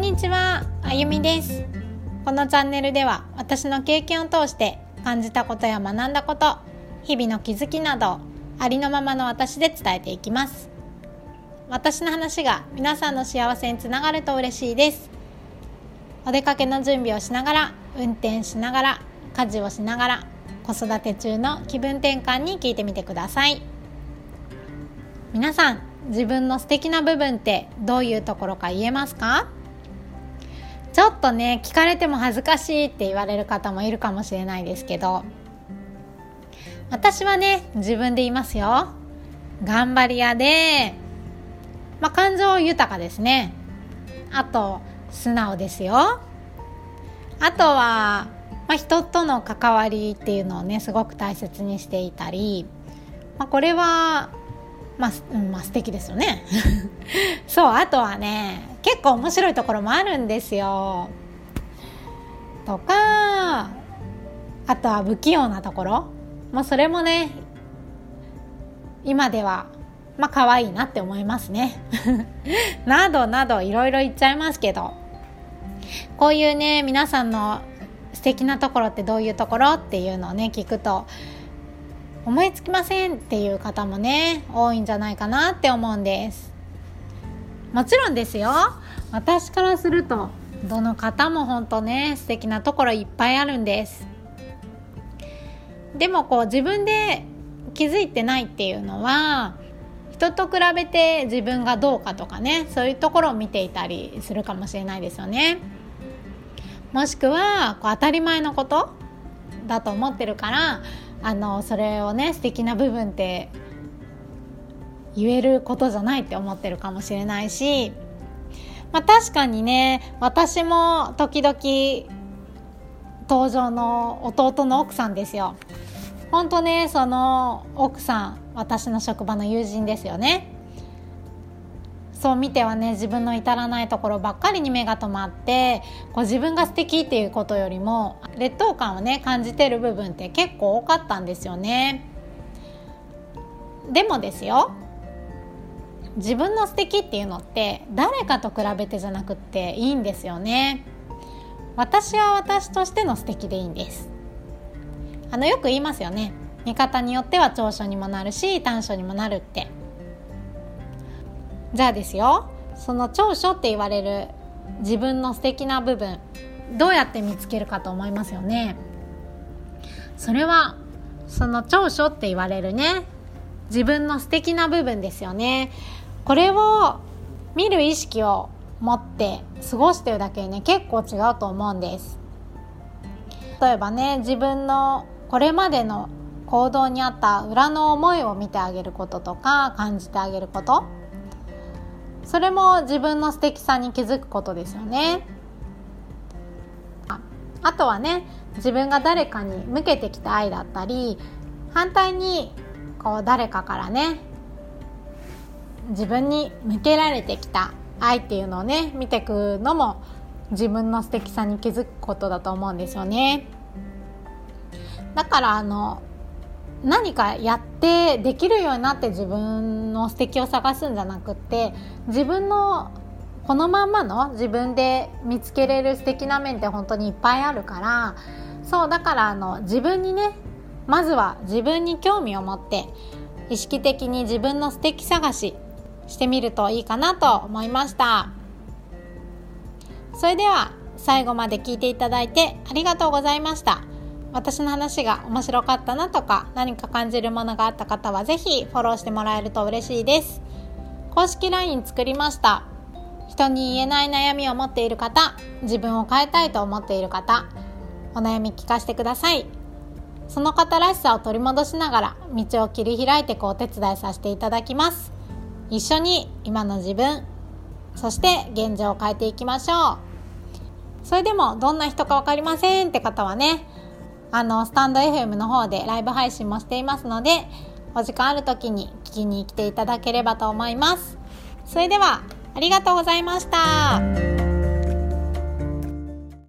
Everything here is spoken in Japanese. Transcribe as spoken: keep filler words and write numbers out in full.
んにちは、あゆみです。このチャンネルでは私の経験を通して感じたことや学んだこと、日々の気づきなどをありのままの私で伝えていきます。私の話が皆さんの幸せにつながると嬉しいです。お出かけの準備をしながら、運転しながら、家事をしながら、子育て中の気分転換に聞いてみてください。皆さん、自分の素敵な部分ってどういうところか言えますか？ちょっとね、聞かれても恥ずかしいって言われる方もいるかもしれないですけど、私はね、自分で言いますよ。頑張り屋で、まあ、感情豊かですね。あと素直ですよ。あとは、まあ、人との関わりっていうのをねすごく大切にしていたり、まあ、これはまあ、うんまあ、素敵ですよねそう、あとはね結構面白いところもあるんですよとか、あとは不器用なところ、まあ、それもね今ではまあ可愛いなって思いますねなどなどいろいろ言っちゃいますけど、こういうね皆さんの素敵なところってどういうところっていうのをね聞くと思いつきませんっていう方もね多いんじゃないかなって思うんです。もちろんですよ、私からするとどの方も本当ね素敵なところいっぱいあるんです。でもこう自分で気づいてないっていうのは、人と比べて自分がどうかとかね、そういうところを見ていたりするかもしれないですよね。もしくはこう当たり前のことだと思ってるから、あのそれをね素敵な部分って言えることじゃないって思ってるかもしれないし、まあ、確かにね私も時々登場の弟の奥さんですよ。本当ねその奥さん私の職場の友人ですよね。そう見てはね自分の至らないところばっかりに目が留まって、こう自分が素敵っていうことよりも劣等感をね感じてる部分って結構多かったんですよね。でもですよ、自分の素敵っていうのって誰かと比べてじゃなくっていいんですよね。私は私としての素敵でいいんです。あのよく言いますよね、見方によっては長所にもなるし短所にもなるって。じゃあですよ、その長所って言われる自分の素敵な部分、どうやって見つけるかと思いますよね。それはその長所って言われるね自分の素敵な部分ですよね。これを見る意識を持って過ごしてるだけでね結構違うと思うんです。例えばね、自分のこれまでの行動にあった裏の思いを見てあげることとか感じてあげること、それも自分の素敵さに気づくことですよね。あ、あとはね、自分が誰かに向けてきた愛だったり、反対にこう誰かからね自分に向けられてきた愛っていうのをね見ていくのも自分の素敵さに気づくことだと思うんですよね。だからあの何かやってできるようになって自分の素敵を探すんじゃなくって、自分のこのまんまの自分で見つけれる素敵な面って本当にいっぱいあるから、そうだからあの自分にねまずは自分に興味を持って意識的に自分の素敵探ししてみるといいかなと思いました。それでは最後まで聞いていただいてありがとうございました。私の話が面白かったなとか何か感じるものがあった方はぜひフォローしてもらえると嬉しいです。公式 ライン 作りました。人に言えない悩みを持っている方、自分を変えたいと思っている方、お悩み聞かせてください。その方らしさを取り戻しながら道を切り開いていくお手伝いさせていただきます。一緒に今の自分、そして現状を変えていきましょう。それでもどんな人か分かりませんって方はね、あのスタンド エフエム の方でライブ配信もしていますので、お時間ある時に聞きに来ていただければと思います。それではありがとうございました。